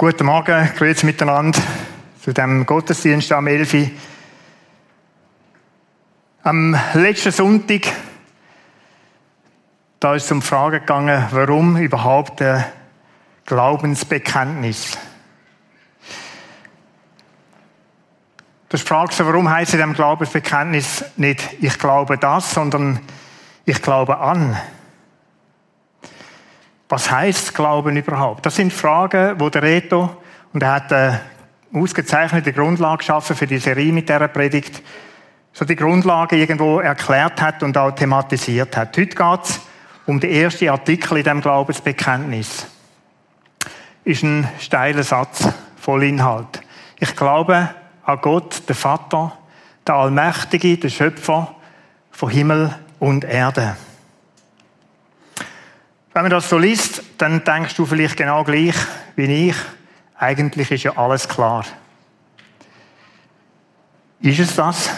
Guten Morgen, grüezi miteinander zu diesem Gottesdienst am 11 Uhr. Am letzten Sonntag, da ist es um die Frage gegangen, warum überhaupt ein Glaubensbekenntnis. Das ist die Frage, warum heisst in diesem Glaubensbekenntnis nicht «Ich glaube das», sondern «Ich glaube an». Was heisst Glauben überhaupt? Das sind Fragen, die der Reto, und er hat eine ausgezeichnete Grundlage geschaffen für die Serie mit dieser Predigt, so die Grundlage irgendwo erklärt hat und auch thematisiert hat. Heute geht es um den ersten Artikel in diesem Glaubensbekenntnis. Ist ein steiler Satz voll Inhalt. Ich glaube an Gott, den Vater, den Allmächtigen, den Schöpfer von Himmel und Erde. Wenn man das so liest, dann denkst du vielleicht genau gleich wie ich. Eigentlich ist ja alles klar. Ist es das?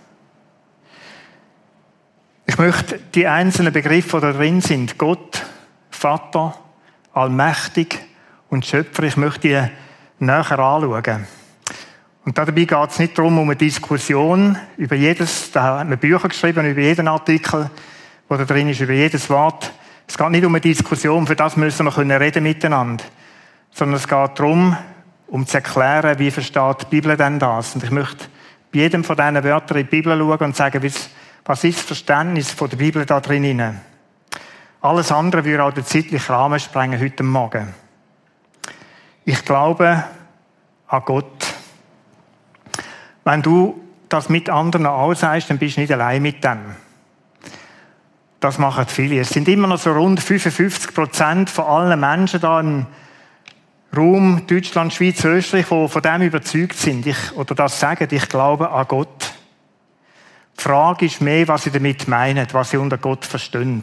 Ich möchte die einzelnen Begriffe, die da drin sind, Gott, Vater, Allmächtig und Schöpfer, ich möchte die näher anschauen. Und dabei geht es nicht darum, um eine Diskussion über jedes, da hat man Bücher geschrieben, über jeden Artikel, der da drin ist, über jedes Wort. Es geht nicht um eine Diskussion, für das müssen wir reden miteinander. Sondern es geht darum, um zu erklären, wie versteht die Bibel denn das. Und ich möchte bei jedem von diesen Wörtern in die Bibel schauen und sagen, was ist das Verständnis von der Bibel da drin? Alles andere würde auch den zeitlichen Rahmen sprengen heute Morgen. Ich glaube an Gott. Wenn du das mit anderen aussagst, dann bist du nicht allein mit dem. Das machen viele. Es sind immer noch so rund 55% von allen Menschen da im Raum Deutschland, Schweiz, Österreich, die von dem überzeugt sind, oder das sagen, ich glaube an Gott. Die Frage ist mehr, was sie damit meinen, was sie unter Gott verstehen.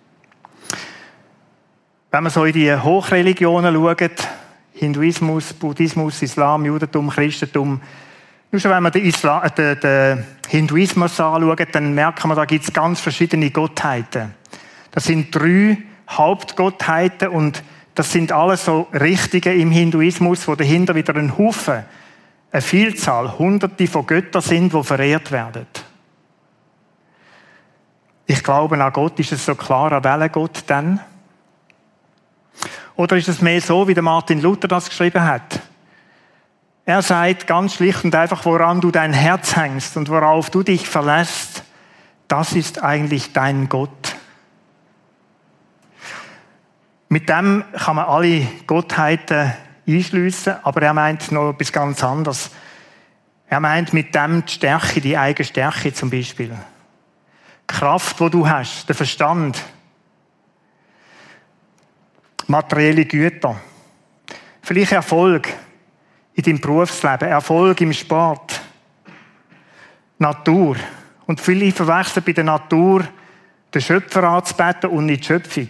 Wenn man so in die Hochreligionen schaut, Hinduismus, Buddhismus, Islam, Judentum, Christentum, nur schon wenn man den Hinduismus anschaut, dann merkt man, da gibt es ganz verschiedene Gottheiten. Das sind 3 Hauptgottheiten und das sind alles so Richtungen im Hinduismus, wo dahinter wieder ein Haufen, eine Vielzahl, Hunderte von Göttern sind, die verehrt werden. Ich glaube an Gott, ist es so klar, an welchen Gott denn? Oder ist es mehr so, wie der Martin Luther das geschrieben hat? Er sagt ganz schlicht und einfach, woran du dein Herz hängst und worauf du dich verlässt, das ist eigentlich dein Gott. Mit dem kann man alle Gottheiten einschliessen, aber er meint noch etwas ganz anderes. Er meint mit dem die Stärke, die eigene Stärke zum Beispiel. Die Kraft, die du hast, der Verstand, materielle Güter, vielleicht Erfolg in deinem Berufsleben, Erfolg im Sport, Natur. Und viele verwechseln bei der Natur den Schöpfer anzubeten und nicht die Schöpfung.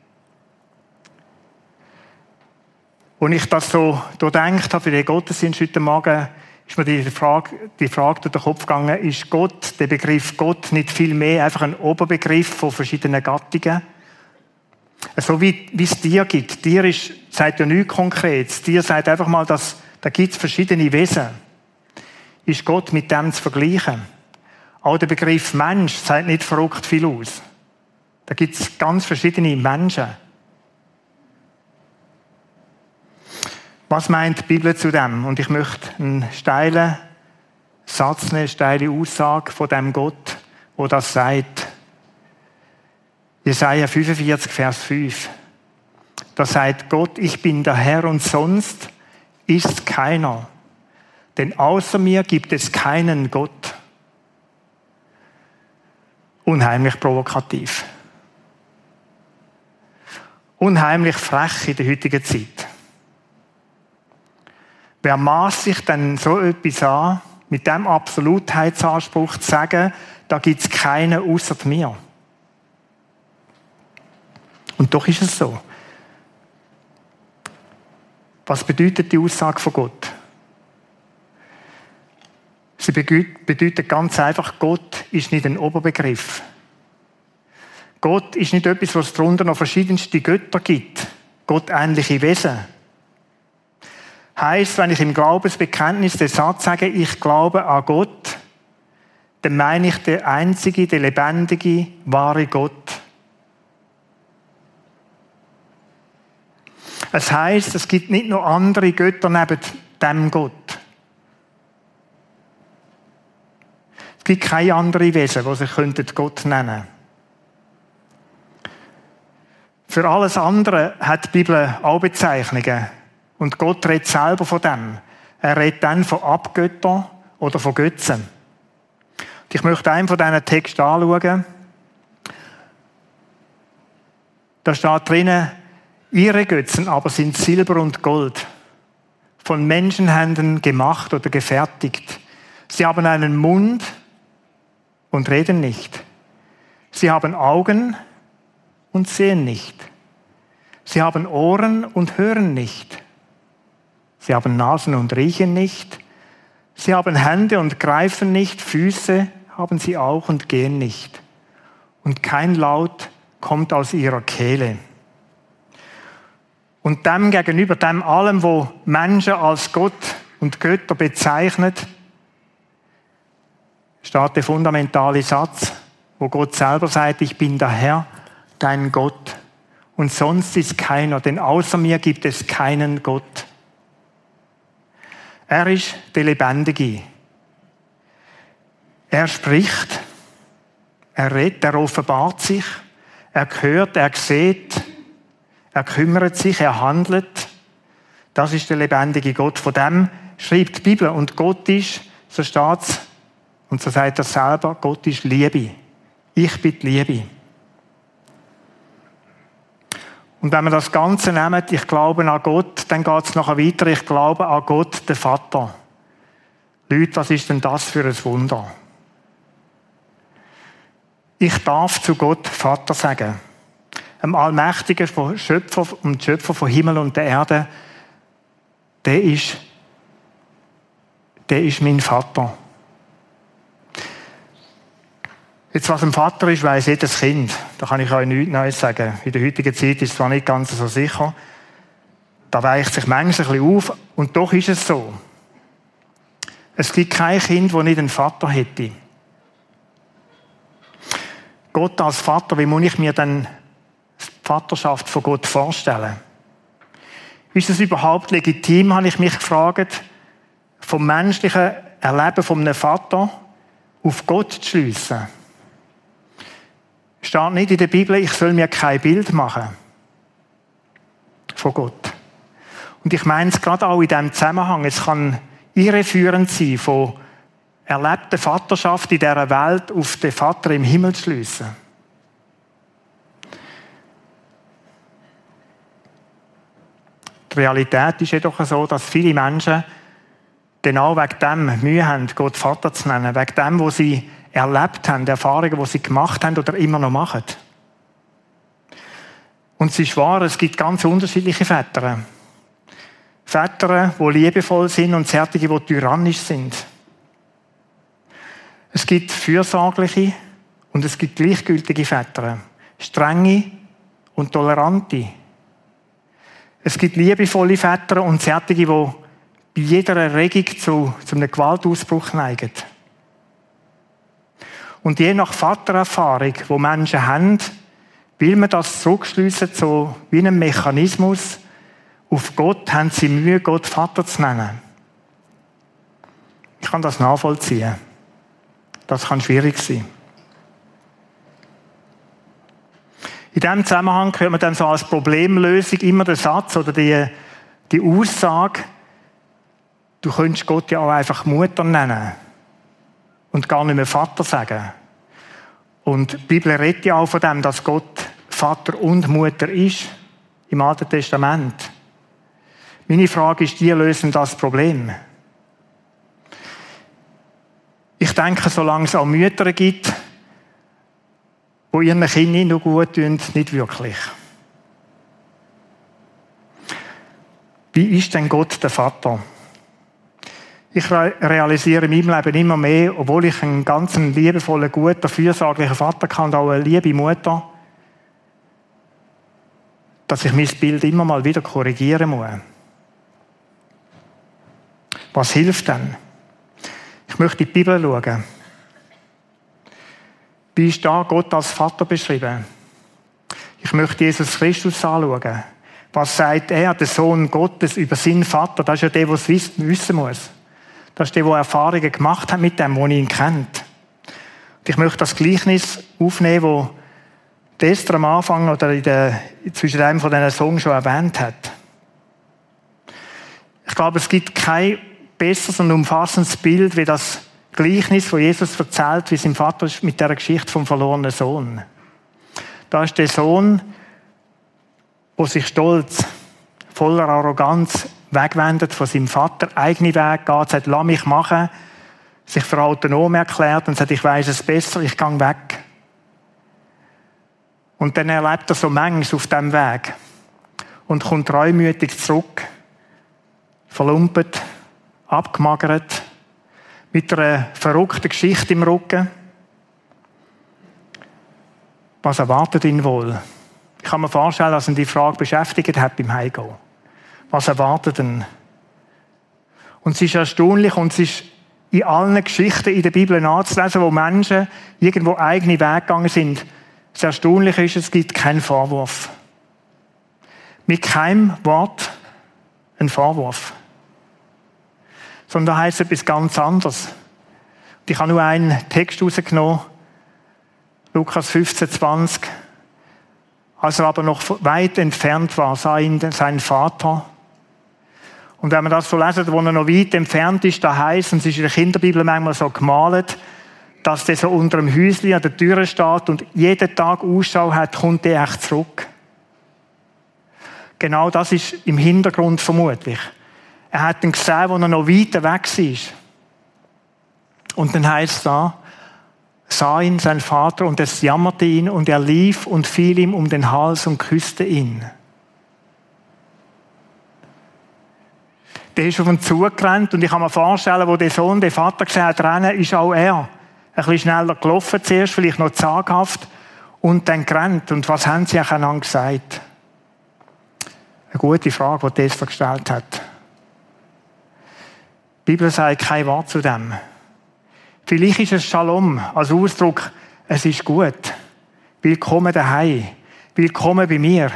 Als ich das so durchdenkt habe für den Gottesdienst heute Morgen, ist mir die Frage durch den Kopf gegangen, ist Gott, der Begriff Gott, nicht viel mehr einfach ein Oberbegriff von verschiedenen Gattungen? So wie es Tier gibt. Tier sagt ja nichts Konkretes. Tier sagt einfach mal, dass da gibt es verschiedene Wesen. Ist Gott mit dem zu vergleichen? Auch der Begriff Mensch sagt nicht verrückt viel aus. Da gibt es ganz verschiedene Menschen. Was meint die Bibel zu dem? Und ich möchte einen steilen Satz, eine steile Aussage von dem Gott, wo das sagt. Jesaja 45, Vers 5. Da sagt Gott, ich bin der Herr und sonst ist keiner. Denn außer mir gibt es keinen Gott. Unheimlich provokativ. Unheimlich frech in der heutigen Zeit. Wer maßt sich denn so etwas an, mit dem Absolutheitsanspruch zu sagen, da gibt es keinen außer mir? Und doch ist es so. Was bedeutet die Aussage von Gott? Sie bedeutet ganz einfach, Gott ist nicht ein Oberbegriff. Gott ist nicht etwas, was es darunter noch verschiedenste Götter gibt. Gottähnliche Wesen. Heisst, wenn ich im Glaubensbekenntnis den Satz sage, ich glaube an Gott, dann meine ich den einzigen, den lebendigen, wahren Gott. Es heisst, es gibt nicht noch andere Götter neben dem Gott. Es gibt keine anderen Wesen, die sich Gott nennen könnten. Für alles andere hat die Bibel auch Bezeichnungen. Und Gott redet selber von dem. Er redet dann von Abgöttern oder von Götzen. Und ich möchte einen von diesen Texten anschauen. Da steht drinnen, ihre Götzen aber sind Silber und Gold, von Menschenhänden gemacht oder gefertigt. Sie haben einen Mund und reden nicht. Sie haben Augen und sehen nicht. Sie haben Ohren und hören nicht. Sie haben Nasen und riechen nicht. Sie haben Hände und greifen nicht. Füße haben sie auch und gehen nicht. Und kein Laut kommt aus ihrer Kehle. Und dem gegenüber, dem allem, wo Menschen als Gott und Götter bezeichnet, steht der fundamentale Satz, wo Gott selber sagt, ich bin der Herr, dein Gott. Und sonst ist keiner, denn außer mir gibt es keinen Gott. Er ist der Lebendige. Er spricht, er redet, er offenbart sich, er hört, er sieht, er kümmert sich, er handelt. Das ist der lebendige Gott. Von dem schreibt die Bibel. Und Gott ist, so steht es, und so sagt er selber, Gott ist Liebe. Ich bin die Liebe. Und wenn wir das Ganze nehmen, ich glaube an Gott, dann geht es nachher weiter, ich glaube an Gott, den Vater. Leute, was ist denn das für ein Wunder? Ich darf zu Gott Vater sagen. Dem allmächtigen Schöpfer und Schöpfer von Himmel und der Erde, der ist mein Vater. Jetzt, was ein Vater ist, weiss jedes Kind. Da kann ich euch nichts Neues sagen. In der heutigen Zeit ist es zwar nicht ganz so sicher. Da weicht sich manchmal ein bisschen auf. Und doch ist es so. Es gibt kein Kind, das nicht einen Vater hätte. Gott als Vater, wie muss ich mir denn die Vaterschaft von Gott vorstellen? Ist es überhaupt legitim, habe ich mich gefragt, vom menschlichen Erleben von einem Vater auf Gott zu schliessen? Steht nicht in der Bibel, ich soll mir kein Bild machen von Gott. Und ich meine es gerade auch in diesem Zusammenhang, es kann irreführend sein, von erlebter Vaterschaft in dieser Welt auf den Vater im Himmel zu schliessen. Die Realität ist jedoch so, dass viele Menschen genau wegen dem Mühe haben, Gott Vater zu nennen, wegen dem, was sie erlebt haben, Erfahrungen, die sie gemacht haben oder immer noch machen. Und es ist wahr, es gibt ganz unterschiedliche Väter. Väter, die liebevoll sind und solche, die tyrannisch sind. Es gibt fürsorgliche und es gibt gleichgültige Väter. Strenge und tolerante. Es gibt liebevolle Väter und solche, die bei jeder Erregung zu einem Gewaltausbruch neigen. Und je nach Vatererfahrung, die Menschen haben, will man das zurückschliessen zu wie einem Mechanismus. Auf Gott haben sie Mühe, Gott Vater zu nennen. Ich kann das nachvollziehen. Das kann schwierig sein. In diesem Zusammenhang hört man dann so als Problemlösung immer den Satz oder die Aussage, du könntest Gott ja auch einfach Mutter nennen und gar nicht mehr Vater sagen. Und die Bibel redet ja auch von dem, dass Gott Vater und Mutter ist im Alten Testament. Meine Frage ist, die lösen das Problem? Ich denke, solange es auch Mütter gibt, die ihren Kindern noch gut tun, nicht wirklich. Wie ist denn Gott der Vater? Ich realisiere in meinem Leben immer mehr, obwohl ich einen ganz liebevollen, guten, fürsorglichen Vater kann und auch eine liebe Mutter, dass ich mein Bild immer mal wieder korrigieren muss. Was hilft denn? Ich möchte in die Bibel schauen. Wie ist da Gott als Vater beschrieben? Ich möchte Jesus Christus anschauen. Was sagt er, der Sohn Gottes, über seinen Vater? Das ist ja der, der es wissen muss. Das ist der, der Erfahrungen gemacht hat mit dem, der ihn kennt. Und ich möchte das Gleichnis aufnehmen, wo Esther am Anfang oder zwischen einem von diesen Songs schon erwähnt hat. Ich glaube, es gibt kein besseres und umfassendes Bild wie das Gleichnis, wo Jesus erzählt, wie sein Vater ist mit der Geschichte vom verlorenen Sohn. Da ist der Sohn, der sich stolz, voller Arroganz wegwendet von seinem Vater, eigene Weg geht, sagt, lass mich machen, sich für autonom erklärt und sagt, ich weiss es besser, ich gehe weg. Und dann erlebt er so manches auf diesem Weg und kommt reumütig zurück, verlumpet, abgemagert, mit einer verrückten Geschichte im Rücken. Was erwartet ihn wohl? Ich kann mir vorstellen, dass ihn die Frage beschäftigt hat beim Heimgehen. Was erwartet ihn? Und es ist erstaunlich und es ist in allen Geschichten in der Bibel nachzulesen, wo Menschen irgendwo eigene Wege gegangen sind. Das Erstaunliche ist, es gibt keinen Vorwurf. Mit keinem Wort ein Vorwurf. Sondern da heisst etwas ganz anderes. Und ich habe nur einen Text rausgenommen, Lukas 15,20. Als er aber noch weit entfernt war, sah ihn sein Vater. Und wenn man das so lesen, wo er noch weit entfernt ist, da heisst, und es ist in der Kinderbibel manchmal so gemalt, dass der so unter dem Häuschen an der Tür steht und jeden Tag Ausschau hat, kommt der echt zurück. Genau das ist im Hintergrund vermutlich. Er hat ihn gesehen, wo er noch weiter weg war. Und dann heisst es da, sah ihn sein Vater und es jammerte ihn und er lief und fiel ihm um den Hals und küsste ihn. Der ist auf ihn zugerannt und ich kann mir vorstellen, wo der Sohn den Vater gesehen hat, rennen, ist auch er. Ein bisschen schneller gelaufen zuerst, vielleicht noch zaghaft und dann gerannt. Und was haben sie einander gesagt? Eine gute Frage, die Esther gestellt hat. Die Bibel sagt kein Wort zu dem. Vielleicht ist es Shalom als Ausdruck, es ist gut. Willkommen daheim. Willkommen bei mir.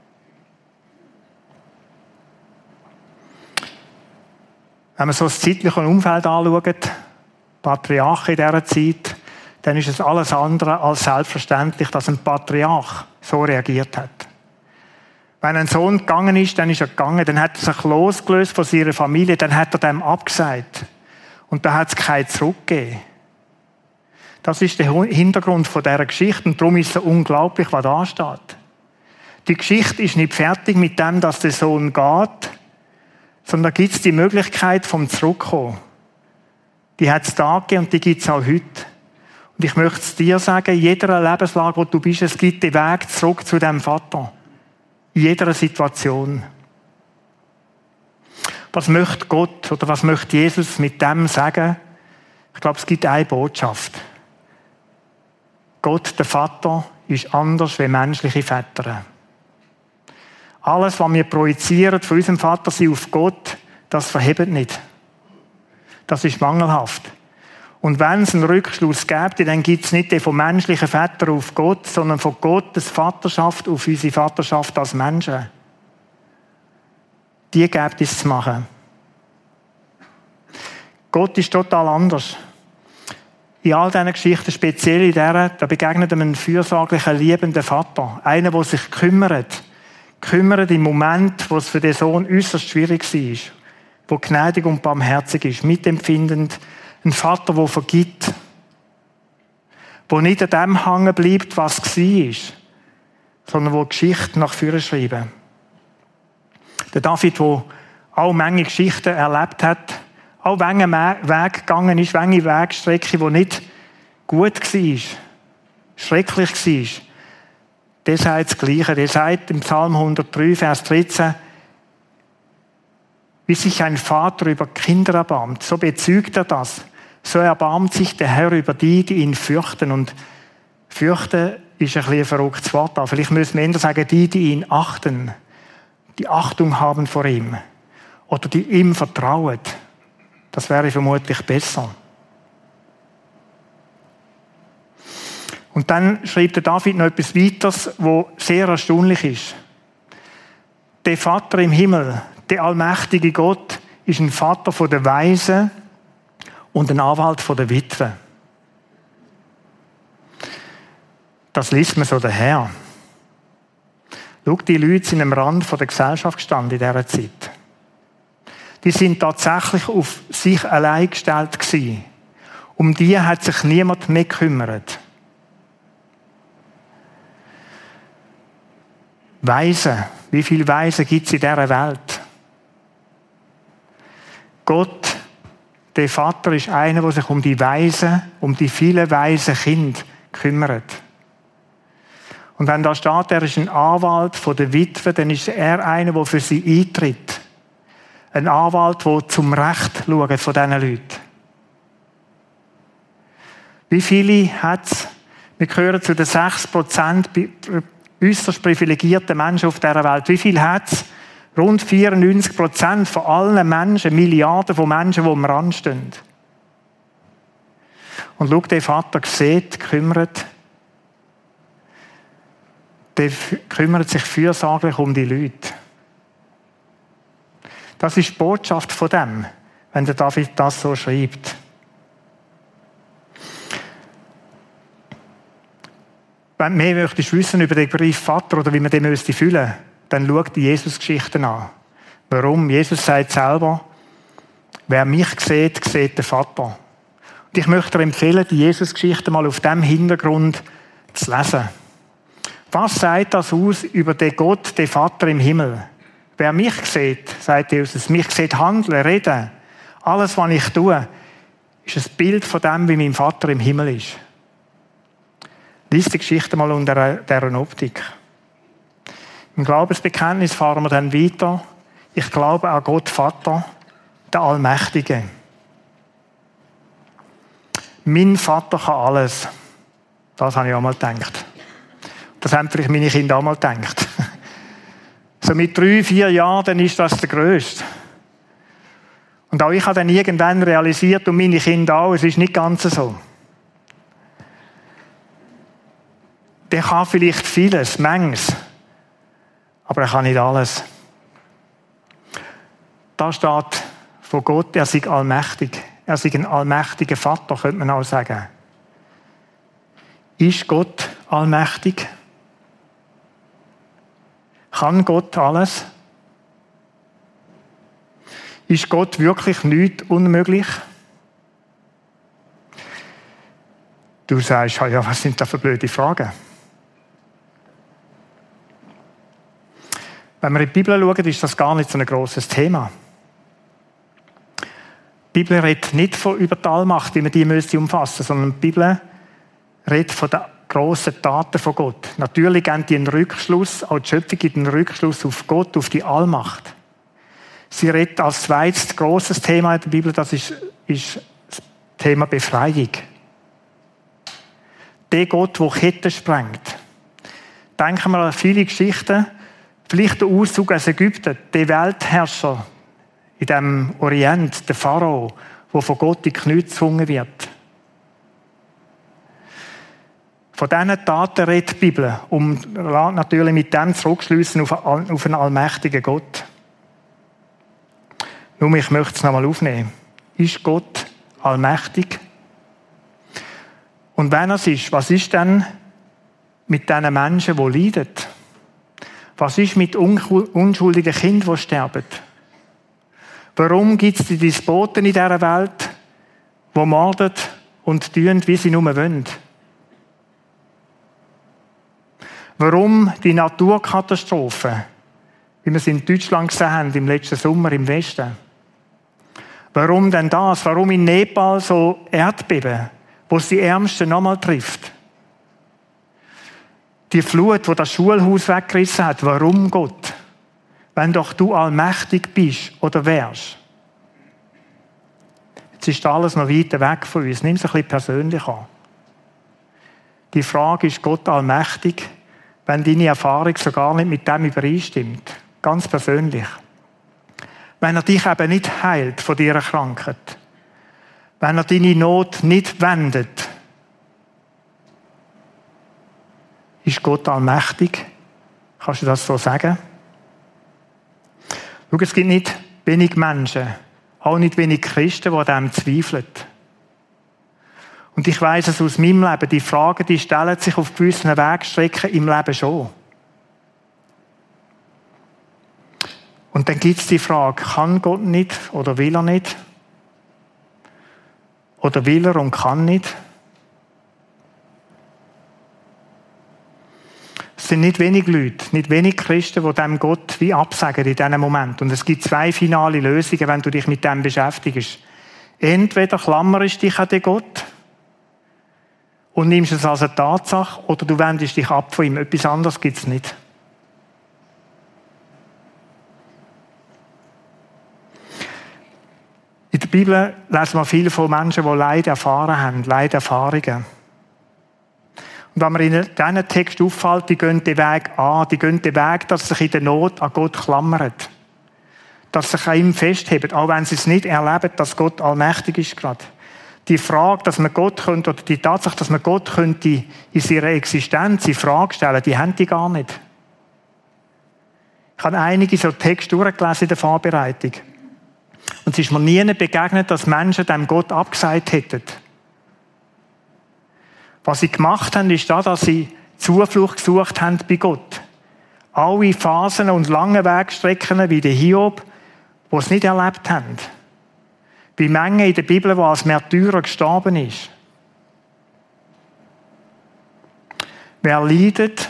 Wenn man so das zeitliche Umfeld anschaut, Patriarchen in dieser Zeit, dann ist es alles andere als selbstverständlich, dass ein Patriarch so reagiert hat. Wenn ein Sohn gegangen ist, dann ist er gegangen, dann hat er sich losgelöst von seiner Familie, dann hat er dem abgesagt. Und da hat es kein Zurückgeben. Das ist der Hintergrund von dieser Geschichte und darum ist es so unglaublich, was da steht. Die Geschichte ist nicht fertig mit dem, dass der Sohn geht, sondern da gibt es die Möglichkeit vom Zurückkommen. Die hat es da gegeben und die gibt es auch heute. Und ich möchte es dir sagen, in jeder Lebenslage, wo du bist, es gibt den Weg zurück zu deinem Vater. In jeder Situation. Was möchte Gott oder was möchte Jesus mit dem sagen? Ich glaube, es gibt eine Botschaft. Gott, der Vater, ist anders wie menschliche Väter. Alles, was wir projizieren von unserem Vater auf Gott, das verhebt nicht. Das ist mangelhaft. Und wenn es einen Rückschluss gibt, dann gibt es nicht den von menschlichen Vätern auf Gott, sondern von Gottes Vaterschaft auf unsere Vaterschaft als Menschen. Die gibt es zu machen. Gott ist total anders. In all diesen Geschichten, speziell in dieser, da begegnet einem ein fürsorglicher, liebender Vater. Einer, der sich kümmert im Moment, wo es für den Sohn äußerst schwierig war. Der gnädig und barmherzig ist, mitempfindend. Ein Vater, der vergibt. Der nicht an dem hängen bleibt, was war, sondern der Geschichte nach vorne schreibt. Der David, der auch Menge Geschichten erlebt hat, auch Menge Weg gegangen ist, Menge Wegstrecke, die nicht gut war, schrecklich war. Der sagt das Gleiche. Der sagt im Psalm 103, Vers 13, wie sich ein Vater über Kinder erbarmt, so bezeugt er das. So erbarmt sich der Herr über die ihn fürchten. Und fürchten ist ein verrücktes Wort. Aber vielleicht müssen wir eher sagen, die ihn achten. Die Achtung haben vor ihm. Oder die ihm vertrauen. Das wäre vermutlich besser. Und dann schreibt der David noch etwas weiteres, wo sehr erstaunlich ist. Der Vater im Himmel, der allmächtige Gott, ist ein Vater von der Weisen und ein Anwalt von der Witwe. Das liest man so daher. Schau, die Leute sind am Rand der Gesellschaft gestanden in dieser Zeit. Die sind tatsächlich auf sich allein gestellt gewesen. Um die hat sich niemand mehr gekümmert. Weisen. Wie viele Weisen gibt es in dieser Welt? Gott, der Vater, ist einer, der sich um die Weisen, um die vielen weisen Kinder kümmert. Und wenn da steht, er ist ein Anwalt von der Witwe, dann ist er einer, der für sie eintritt. Ein Anwalt, der zum Recht schaut von diesen Leuten. Wie viele hat es? Wir gehören zu den 6% äußerst privilegierten Menschen auf dieser Welt. Wie viel hat es? Rund 94% von allen Menschen, Milliarden von Menschen, die am Rand stehen. Und schau, der Vater sieht, der kümmert sich fürsorglich um die Leute. Das ist die Botschaft von dem, wenn der David das so schreibt. Wenn du mehr möchtest wissen über den Begriff Vater oder wie man den müsste fühlen, dann schau die Jesus-Geschichten an. Warum? Jesus sagt selber, wer mich sieht, sieht den Vater. Und ich möchte dir empfehlen, die Jesus-Geschichten mal auf diesem Hintergrund zu lesen. Was sagt das aus über den Gott, den Vater im Himmel? Wer mich sieht, sagt Jesus, mich sieht handeln, reden. Alles, was ich tue, ist ein Bild von dem, wie mein Vater im Himmel ist. Lies die Geschichte mal unter dieser Optik. Im Glaubensbekenntnis fahren wir dann weiter. Ich glaube an Gott Vater, der Allmächtige. Mein Vater kann alles. Das habe ich auch mal gedacht. Das haben vielleicht meine Kinder auch mal gedacht. So mit 3, 4 Jahren, dann ist das der Grösste. Und auch ich habe dann irgendwann realisiert, und meine Kinder auch, es ist nicht ganz so. Der kann vielleicht vieles, manches, aber er kann nicht alles. Da steht von Gott, er sei allmächtig. Er sei ein allmächtiger Vater, könnte man auch sagen. Ist Gott allmächtig? Kann Gott alles? Ist Gott wirklich nichts unmöglich? Du sagst, ja, was sind das für blöde Fragen? Wenn wir in die Bibel schauen, ist das gar nicht so ein grosses Thema. Die Bibel redet nicht von über die Allmacht, wie man die umfassen müsste, sondern die Bibel redet von den grossen Taten von Gott. Natürlich geben die einen Rückschluss, auch die Schöpfung gibt einen Rückschluss auf Gott, auf die Allmacht. Sie redet als zweites grosses Thema in der Bibel, das ist das Thema Befreiung. Der Gott, der Ketten sprengt. Denken wir an viele Geschichten, vielleicht der Auszug aus Ägypten, der Weltherrscher in dem Orient, der Pharao, der von Gott in die Knie gezwungen wird. Von diesen Taten redet die Bibel, um natürlich mit dem zurückschliessen auf einen allmächtigen Gott. Nun, ich möchte es nochmal aufnehmen. Ist Gott allmächtig? Und wenn er es ist, was ist denn mit diesen Menschen, die leiden? Was ist mit unschuldigen Kindern, die sterben? Warum gibt es die Despoten in dieser Welt, die morden und tun, wie sie nur wollen? Warum die Naturkatastrophen, wie wir es in Deutschland gesehen haben, im letzten Sommer im Westen? Warum denn das? Warum in Nepal so Erdbeben, wo es die Ärmsten nochmal trifft? Die Flut, die das Schulhaus weggerissen hat, warum Gott? Wenn doch du allmächtig bist oder wärst. Jetzt ist alles noch weiter weg von uns. Nimm es ein bisschen persönlich an. Die Frage ist, Gott allmächtig, wenn deine Erfahrung so gar nicht mit dem übereinstimmt. Ganz persönlich. Wenn er dich eben nicht heilt von dieser Krankheit, wenn er deine Not nicht wendet, ist Gott allmächtig? Kannst du das so sagen? Schau, es gibt nicht wenig Menschen, auch nicht wenig Christen, die an dem zweifeln. Und ich weiss es aus meinem Leben, die Fragen, die stellen sich auf gewissen Wegstrecken im Leben schon. Und dann gibt es die Frage, kann Gott nicht oder will er nicht? Oder will er und kann nicht? Es sind nicht wenig Leute, nicht wenig Christen, die dem Gott wie absagen in diesem Moment. Und es gibt zwei finale Lösungen, wenn du dich mit dem beschäftigst. Entweder klammerst dich an den Gott und nimmst es als eine Tatsache, oder du wendest dich ab von ihm. Etwas anderes gibt es nicht. In der Bibel lesen wir viel von Menschen, die Leid erfahren haben, Leiderfahrungen. Und wenn man in diesen Text auffällt, die gehen den Weg an, die gehen den Weg, dass sie sich in der Not an Gott klammern. Dass sie sich an ihm festheben, auch wenn sie es nicht erleben, dass Gott allmächtig ist gerade. Die Frage, dass man Gott könnte, oder die Tatsache, dass man Gott könnte in seiner Existenz in Frage stellen, die haben die gar nicht. Ich habe einige so Texte durchgelesen in der Vorbereitung. Und es ist mir nie begegnet, dass Menschen dem Gott abgesagt hätten. Was sie gemacht haben, ist das, dass sie Zuflucht gesucht haben bei Gott. Alle Phasen und lange Wegstrecken wie der Hiob, die es nicht erlebt haben. Wie Menge in der Bibel, die als Märtyrer gestorben ist. Wer leidet,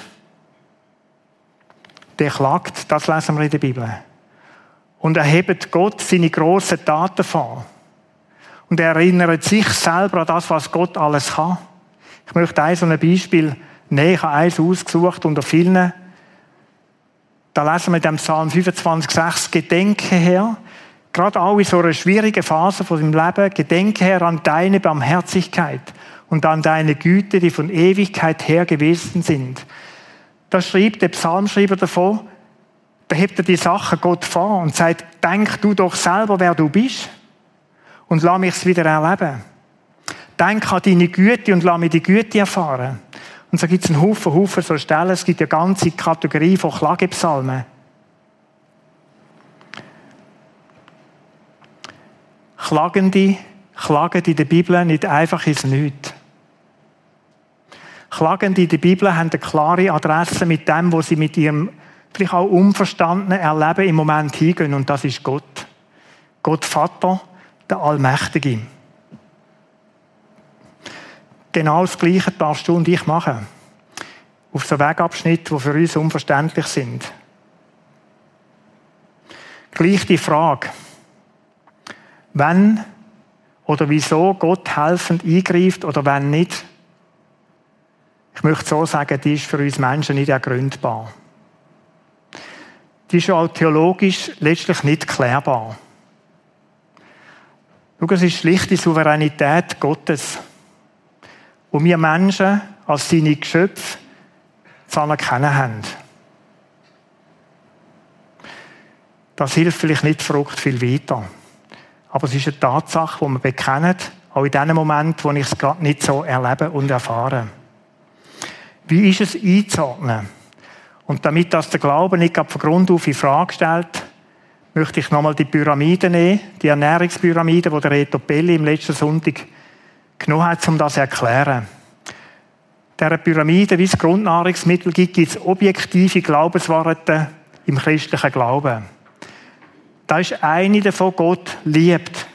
der klagt, das lesen wir in der Bibel. Und erhebt Gott seine grossen Taten vor. Und er erinnert sich selber an das, was Gott alles kann. Ich möchte so ein Beispiel nehmen. Ich habe eins ausgesucht unter vielen. Da lesen wir in dem Psalm 25,6: Gedenke her, gerade auch in so einer schwierigen Phase von seinem Leben, gedenke her an deine Barmherzigkeit und an deine Güte, die von Ewigkeit her gewesen sind. Da schreibt der Psalmschreiber davon, da hebt er die Sachen Gott vor und sagt, denk du doch selber, wer du bist und lass mich es wieder erleben. Denk an deine Güte und lass mich die Güte erfahren. Und so gibt es einen Haufen so Stellen. Es gibt eine ganze Kategorie von Klagepsalmen. Klagende klagen in der Bibel nicht einfach ins Nichts. Klagende in der Bibel haben eine klare Adresse mit dem, was sie mit ihrem vielleicht auch unverstandenen Erleben im Moment hingehen. Und das ist Gott. Gott Vater, der Allmächtige. Genau das Gleiche darfst du und ich machen. Auf so Wegabschnitte, die für uns unverständlich sind. Gleich die Frage, wenn oder wieso Gott helfend eingreift oder wenn nicht. Ich möchte so sagen, die ist für uns Menschen nicht ergründbar. Die ist auch theologisch letztlich nicht klärbar. Schau, es ist schlicht die Souveränität Gottes, wo wir Menschen als seine Geschöpfe zu anerkennen haben. Das hilft vielleicht nicht verrückt viel weiter. Aber es ist eine Tatsache, die wir bekennen, auch in dem Moment, wo ich es gerade nicht so erlebe und erfahre. Wie ist es einzuordnen? Und damit das der Glaube nicht von Grund auf in Frage stellt, möchte ich nochmal die Pyramide nehmen, die Ernährungspyramide, die der Reto Pelli im letzten Sonntag genommen hat, um das zu erklären. Dieser Pyramide, wie es Grundnahrungsmittel gibt, gibt es objektive Glaubenswahrheiten im christlichen Glauben. Da ist eine davon, Gott liebt.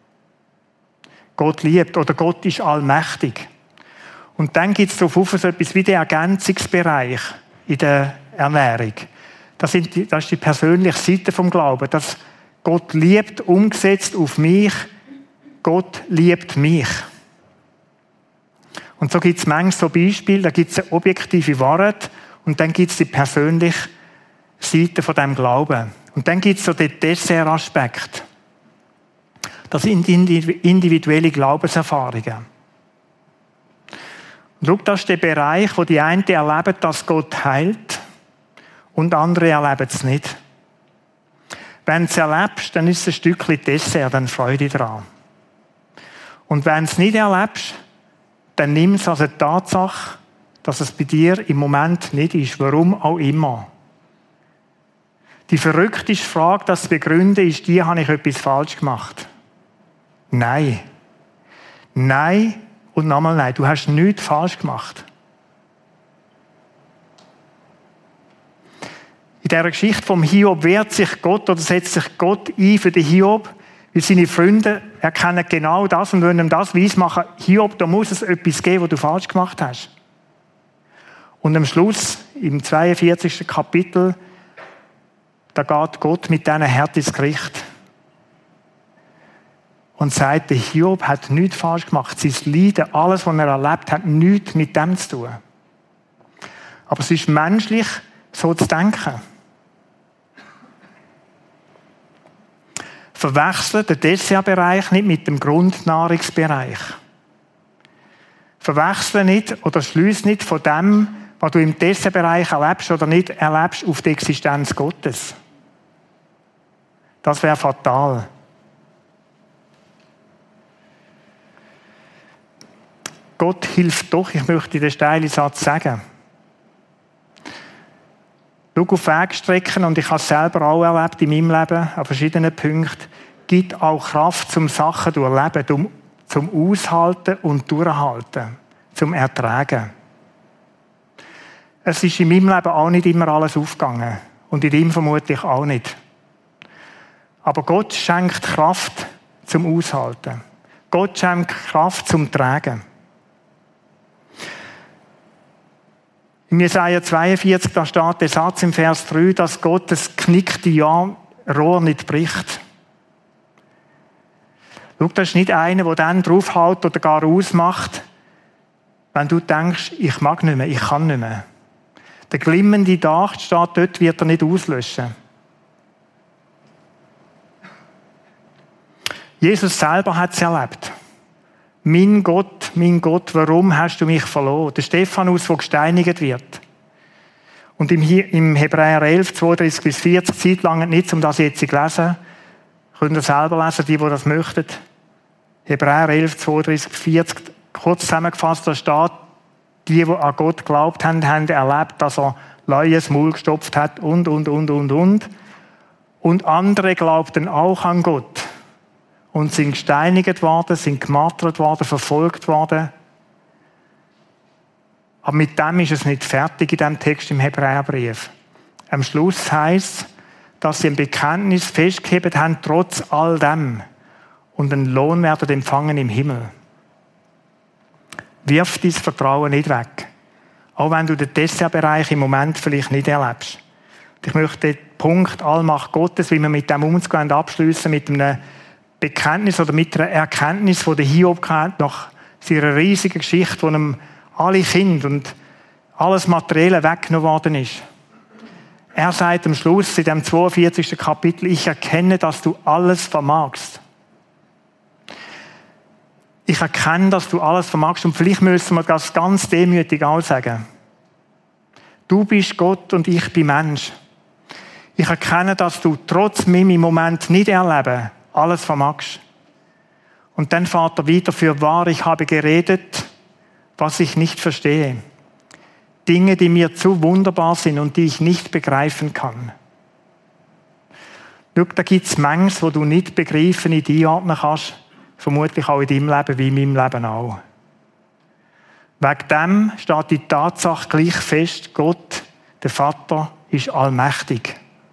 Gott liebt oder Gott ist allmächtig. Und dann gibt es darauf so etwas wie den Ergänzungsbereich in der Ernährung. Das ist die persönliche Seite vom Glauben. Dass Gott liebt, umgesetzt auf mich. Gott liebt mich. Und so gibt es manchmal so Beispiele, da gibt es eine objektive Wahrheit und dann gibt es die persönliche Seite von dem Glauben. Und dann gibt es so den Dessert-Aspekt. Das sind individuelle Glaubenserfahrungen. Und schau, das ist der Bereich, wo die einen erleben, dass Gott heilt und andere erleben es nicht. Wenn du es erlebst, dann ist es ein Stückchen Dessert, dann Freude daran. Und wenn du es nicht erlebst, dann nimm es als eine Tatsache, dass es bei dir im Moment nicht ist. Warum auch immer. Die verrückteste Frage, das zu begründen, ist die, habe ich etwas falsch gemacht? Nein. Nein und nochmal nein. Du hast nichts falsch gemacht. In dieser Geschichte vom Hiob wehrt sich Gott oder setzt sich Gott ein für den Hiob, weil seine Freunde erkennen genau das und wollen ihm das weismachen. Hiob, da muss es etwas geben, was du falsch gemacht hast. Und am Schluss, im 42. Kapitel, da geht Gott mit diesen hart ins Gericht. Und sagt, der Hiob hat nichts falsch gemacht. Sein Leiden, alles, was er erlebt hat, nichts mit dem zu tun. Aber es ist menschlich, so zu denken. Verwechseln den Dessertbereich nicht mit dem Grundnahrungsbereich. Verwechseln nicht oder schließ nicht von dem, was du im Dessertbereich erlebst oder nicht erlebst, auf die Existenz Gottes. Das wäre fatal. Gott hilft doch, ich möchte den steilen Satz sagen. Schau auf Wegstrecken, und ich habe es selber auch erlebt in meinem Leben, an verschiedenen Punkten, gibt auch Kraft zum Sachen durchleben, zum Aushalten und Durchhalten, zum Ertragen. Es ist in meinem Leben auch nicht immer alles aufgegangen und in ihm vermutlich auch nicht. Aber Gott schenkt Kraft zum Aushalten. Gott schenkt Kraft zum Tragen. In Jesaja 42, da steht der Satz im Vers 3, dass Gott das knickte Rohr nicht bricht. Schau, das ist nicht einer, der dann draufhält oder gar ausmacht, wenn du denkst, ich mag nicht mehr, ich kann nicht mehr. Der glimmende Dach steht dort, wird er nicht auslöschen. Jesus selber hat es erlebt. Mein Gott, warum hast du mich verloren? Der Stephanus, der gesteinigt wird. Und im Hebräer 11, 32 bis 40, Zeit lang nicht, um das jetzt zu lesen. Könnt ihr selber lesen, die das möchten. Hebräer 11, 32 bis 40, kurz zusammengefasst, da steht, die an Gott geglaubt haben, haben erlebt, dass er Leues Maul gestopft hat und. Und andere glaubten auch an Gott. Und sind gesteinigt worden, sind gemartert worden, verfolgt worden. Aber mit dem ist es nicht fertig in diesem Text im Hebräerbrief. Am Schluss heisst es, dass sie ein Bekenntnis festgehalten haben, trotz all dem. Und einen Lohn werden empfangen im Himmel. Wirf dein Vertrauen nicht weg. Auch wenn du den Dessertbereich im Moment vielleicht nicht erlebst. Und ich möchte den Punkt Allmacht Gottes, wie wir mit dem umzugehen, abschliessen mit einem Bekenntnis oder mit einer Erkenntnis, die der Hiob hat, nach seiner riesigen Geschichte, wo ihm alle Kinder und alles Materielle weggenommen worden ist. Er sagt am Schluss in dem 42. Kapitel, ich erkenne, dass du alles vermagst. Ich erkenne, dass du alles vermagst, und vielleicht müssen wir das ganz demütig auch sagen. Du bist Gott und ich bin Mensch. Ich erkenne, dass du trotz meinem im Moment nicht erleben, alles vermagst. Und dann fährt er weiter, für wahr, ich habe geredet, was ich nicht verstehe. Dinge, die mir zu wunderbar sind und die ich nicht begreifen kann. Schau, da gibt es Mengs, wo du nicht begreifen, in die einordnen kannst, vermutlich auch in deinem Leben wie in meinem Leben auch. Wegen dem steht die Tatsache gleich fest, Gott, der Vater, ist allmächtig.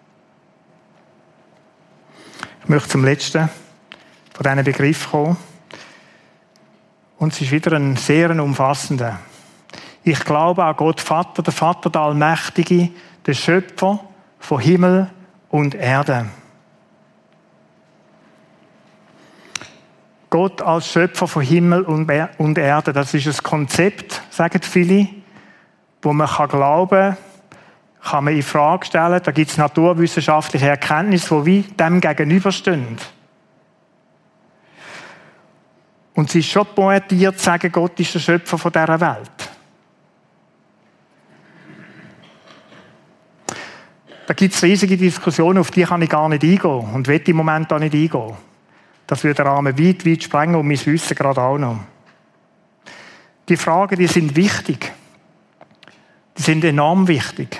Ich möchte zum letzten von diesen Begriffen kommen. Und es ist wieder ein sehr umfassender. Ich glaube an Gott Vater, der Vater, der Allmächtige, der Schöpfer von Himmel und Erde. Gott als Schöpfer von Himmel und Erde, das ist ein Konzept, sagen viele, wo man glauben kann man in Frage stellen. Da gibt es naturwissenschaftliche Erkenntnisse, die wie dem gegenüberstehen. Und es ist schon poetiert, zu sagen, Gott ist der Schöpfer von dieser Welt. Da gibt es riesige Diskussionen, auf die kann ich gar nicht eingehen und will im Moment auch nicht eingehen. Das würde den Rahmen weit, weit sprengen und mein Wissen gerade auch noch. Die Fragen, die sind wichtig. Die sind enorm wichtig.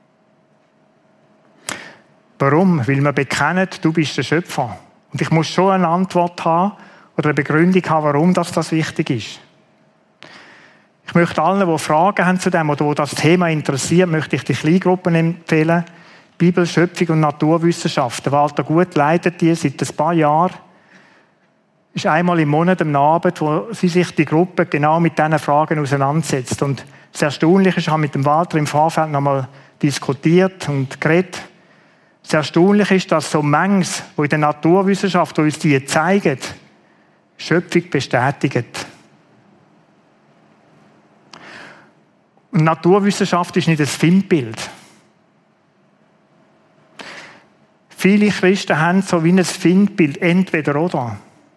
Warum? Weil wir bekennen, du bist der Schöpfer. Und ich muss schon eine Antwort haben oder eine Begründung haben, warum das wichtig ist. Ich möchte allen, die Fragen haben zu dem oder die das Thema interessiert, möchte ich die Kleingruppen empfehlen. Bibel, Schöpfung und Naturwissenschaft. Der Walter Gut leitet die seit ein paar Jahren. Ist einmal im Monat am Abend, wo sie sich die Gruppe genau mit diesen Fragen auseinandersetzt. Und das Erstaunliche ist, ich habe mit dem Walter im Vorfeld nochmal diskutiert und geredet. Das Erstaunliche ist, dass so manches, wo in der Naturwissenschaft, wo uns die zeigen, Schöpfung bestätigt. Und Naturwissenschaft ist nicht ein Filmbild. Viele Christen haben so wie ein Filmbild, entweder oder.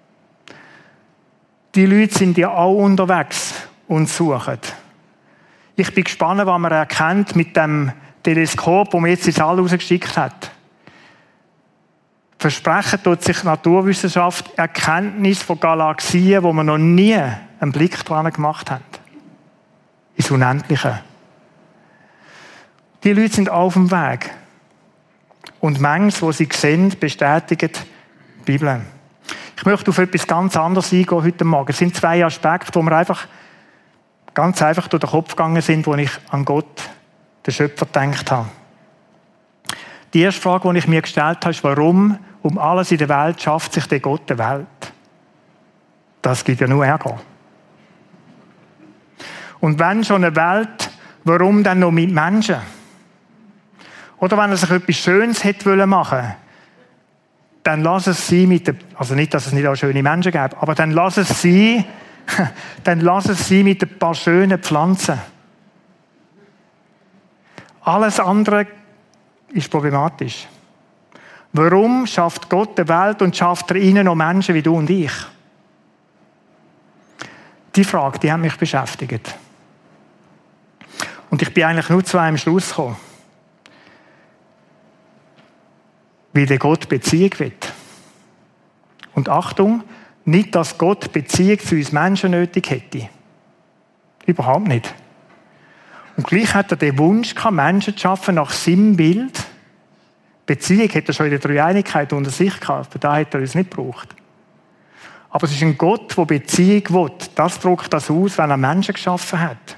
Die Leute sind ja auch unterwegs und suchen. Ich bin gespannt, was man erkennt mit dem Teleskop, das man jetzt ins All rausgeschickt hat. Versprechen tut sich Naturwissenschaft Erkenntnis von Galaxien, wo man noch nie einen Blick dran gemacht hat. Ins Unendliche. Die Leute sind auf dem Weg. Und manches, was sie sehen, bestätigt die Bibel. Ich möchte auf etwas ganz anderes eingehen heute Morgen. Es sind zwei Aspekte, wo mir ganz einfach durch den Kopf gegangen sind, wo ich an Gott, den Schöpfer, gedacht habe. Die erste Frage, die ich mir gestellt habe, ist, warum um alles in der Welt schafft sich der Gott der Welt? Das gibt ja nur Ärger. Und wenn schon eine Welt, warum dann noch mit Menschen? Oder wenn er sich etwas Schönes hätte machen wollen, dann lass es sie also nicht, dass es nicht auch schöne Menschen gäbe, aber dann lass es sie mit ein paar schönen Pflanzen. Alles andere ist problematisch. Warum schafft Gott die Welt und schafft er ihnen noch Menschen wie du und ich? Die Frage, die hat mich beschäftigt. Und ich bin eigentlich nur zu einem Schluss gekommen. Wie der Gott Beziehung will. Und Achtung, nicht, dass Gott Beziehung zu uns Menschen nötig hätte. Überhaupt nicht. Und gleich hat er den Wunsch gehabt, Menschen zu schaffen nach seinem Bild. Beziehung hat er schon in der Dreieinigkeit unter sich gehabt, für das hat er uns nicht gebraucht. Aber es ist ein Gott, der Beziehung will. Das drückt das aus, wenn er Menschen geschaffen hat.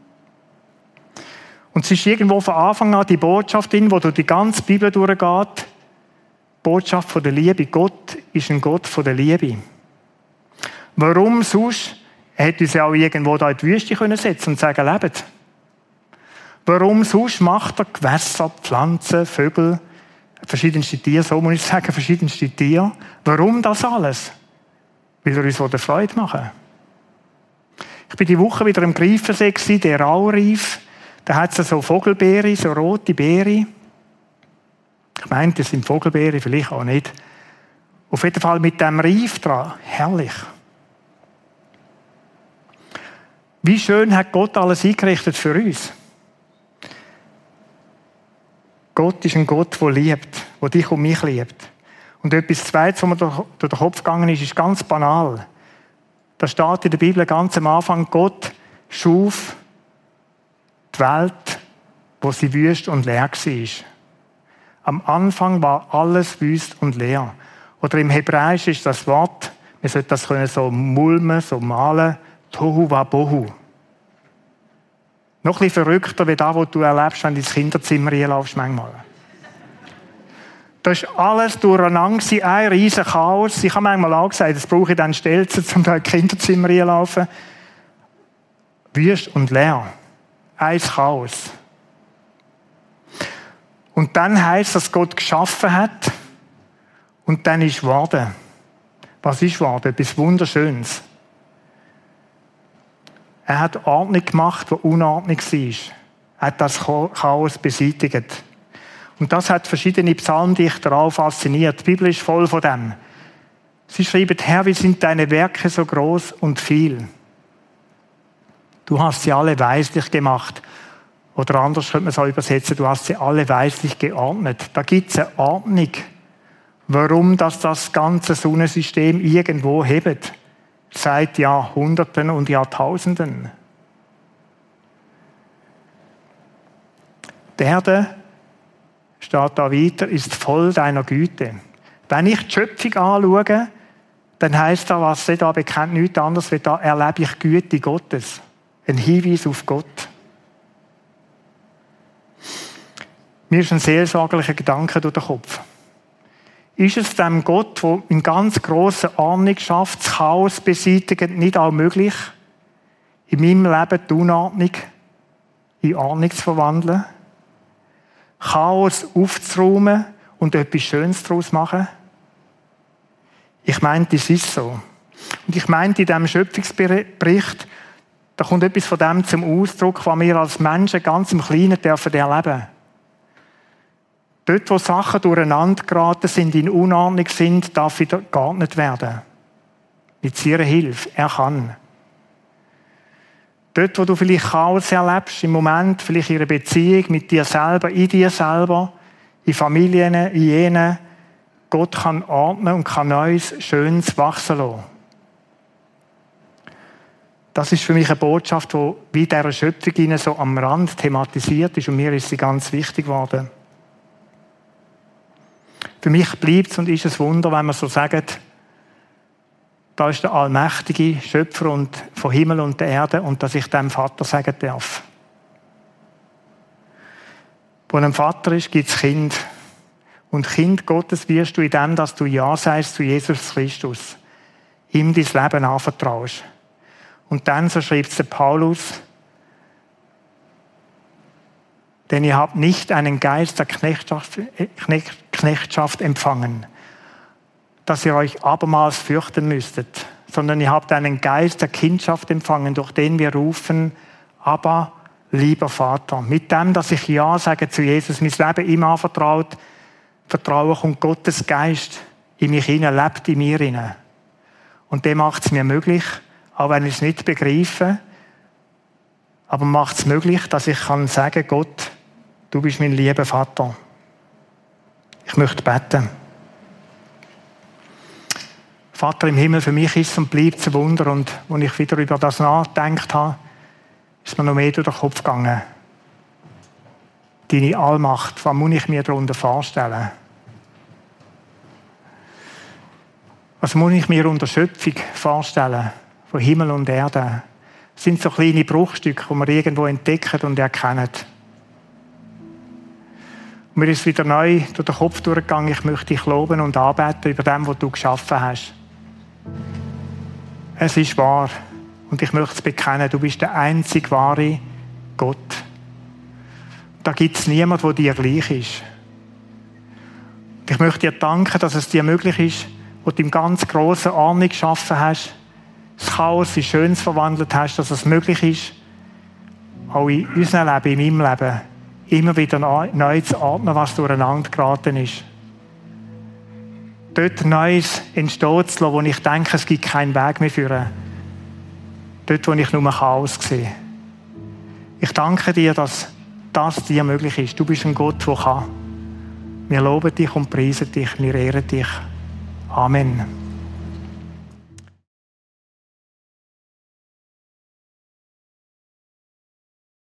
Und es ist irgendwo von Anfang an die Botschaft in, wo durch die ganze Bibel durchgeht, Botschaft von der Liebe. Gott ist ein Gott von der Liebe. Warum sonst? Er hätte uns ja auch irgendwo da in die Wüste setzen können und sagen, lebt. Warum sonst macht er Gewässer, Pflanzen, Vögel, verschiedenste Tiere, so muss ich sagen, verschiedenste Tiere. Warum das alles? Weil er uns eine Freude machen. Ich bin die Woche wieder im Greifensee gewesen, der Raureif. Da hat es so Vogelbeere, so rote Beere. Ich meinte, das sind Vogelbeere, vielleicht auch nicht. Auf jeden Fall mit dem Reif dran. Herrlich. Wie schön hat Gott alles eingerichtet für uns. Gott ist ein Gott, der liebt, der dich und mich liebt. Und etwas Zweites, was mir durch den Kopf gegangen ist, ist ganz banal. Da steht in der Bibel ganz am Anfang, Gott schuf die Welt, wo sie wüst und leer war. Am Anfang war alles wüst und leer. Oder im Hebräisch ist das Wort, wir sollten das können so mulmen, so malen, Tohu Wabohu. Noch ein bisschen verrückter wie das, was du erlebst, wenn du ins Kinderzimmer reinlaufst manchmal. Da ist alles durcheinander, ein riesen Chaos. Ich habe manchmal auch gesagt, das brauche ich dann Stelzen, um da ins Kinderzimmer reinzulaufen. Wüst und leer. Ein Chaos. Und dann heisst, dass Gott geschaffen hat und dann ist geworden. Was ist geworden? Etwas Wunderschönes. Er hat Ordnung gemacht, wo Unordnung war. Er hat das Chaos beseitigt. Und das hat verschiedene Psalmdichter auch fasziniert. Die Bibel ist voll von dem. Sie schreiben, Herr, wie sind deine Werke so groß und viel? Du hast sie alle weislich gemacht. Oder anders könnte man es auch übersetzen, du hast sie alle weislich geordnet. Da gibt es eine Ordnung, warum das ganze Sonnensystem irgendwo hebt, seit Jahrhunderten und Jahrtausenden. Die Erde, steht da weiter, ist voll deiner Güte. Wenn ich die Schöpfung anschaue, dann heisst das, was sie da bekennt, nichts anderes, wie da erlebe ich die Güte Gottes. Ein Hinweis auf Gott. Mir ist ein seelsorglicher Gedanke durch den Kopf. Ist es dem Gott, der in ganz grosser Ordnung schafft, das Chaos beseitigt, nicht auch möglich, in meinem Leben die Unordnung in Ordnung zu verwandeln? Chaos aufzuräumen und etwas Schönes daraus machen? Ich meinte, es ist so. Und ich meinte, in diesem Schöpfungsbericht, da kommt etwas von dem zum Ausdruck, was wir als Menschen ganz im Kleinen dürfen erleben. Dort, wo Sachen durcheinander geraten sind, in Unordnung sind, darf wieder geordnet werden. Mit seiner Hilfe. Er kann. Dort, wo du vielleicht Chaos erlebst, im Moment, vielleicht in einer Beziehung mit dir selber, in Familien, in jenen, Gott kann ordnen und kann Neues, Schönes wachsen lassen. Das ist für mich eine Botschaft, die wie in dieser Schöpfung so am Rand thematisiert ist und mir ist sie ganz wichtig geworden. Für mich bleibt es und ist es Wunder, wenn man so sagt, da ist der allmächtige Schöpfer und von Himmel und der Erde und dass ich dem Vater sagen darf. Wo ein Vater ist, gibt es Kind. Und Kind Gottes wirst du in dem, dass du Ja sagst zu Jesus Christus. Ihm dein Leben anvertraust. Und dann, so schreibt es der Paulus, denn ihr habt nicht einen Geist der Knechtschaft empfangen, dass ihr euch abermals fürchten müsstet, sondern ihr habt einen Geist der Kindschaft empfangen, durch den wir rufen, aber lieber Vater. Mit dem, dass ich Ja sage zu Jesus, mein Leben ihm anvertraut, vertraue kommt Gottes Geist in mich hinein, lebt in mir hinein. Und der macht es mir möglich, auch wenn ich es nicht begreife, aber macht es möglich, dass ich kann sagen, Gott, du bist mein lieber Vater. Ich möchte beten. Vater im Himmel, für mich ist es und bleibt es ein Wunder. Und als ich wieder über das nachgedacht habe, ist mir noch mehr durch den Kopf gegangen. Deine Allmacht, was muss ich mir darunter vorstellen? Was muss ich mir unter Schöpfung vorstellen? Von Himmel und Erde. Das sind so kleine Bruchstücke, die wir irgendwo entdecken und erkennen. Und mir ist wieder neu durch den Kopf durchgegangen, ich möchte dich loben und anbeten über dem, was du geschaffen hast. Es ist wahr. Und ich möchte es bekennen, du bist der einzig wahre Gott. Da gibt es niemanden, der dir gleich ist. Und ich möchte dir danken, dass es dir möglich ist, wo du im ganz grossen Ordnung geschaffen hast, das Chaos in Schönes verwandelt hast, dass es möglich ist, auch in unserem Leben, in meinem Leben, immer wieder neu zu ordnen, was durcheinander geraten ist. Dort Neues entstehen zu lassen, wo ich denke, es gibt keinen Weg mehr führen. Dort, wo ich nur Chaos sehe. Ich danke dir, dass das dir möglich ist. Du bist ein Gott, der kann. Wir loben dich und preisen dich. Wir ehren dich. Amen.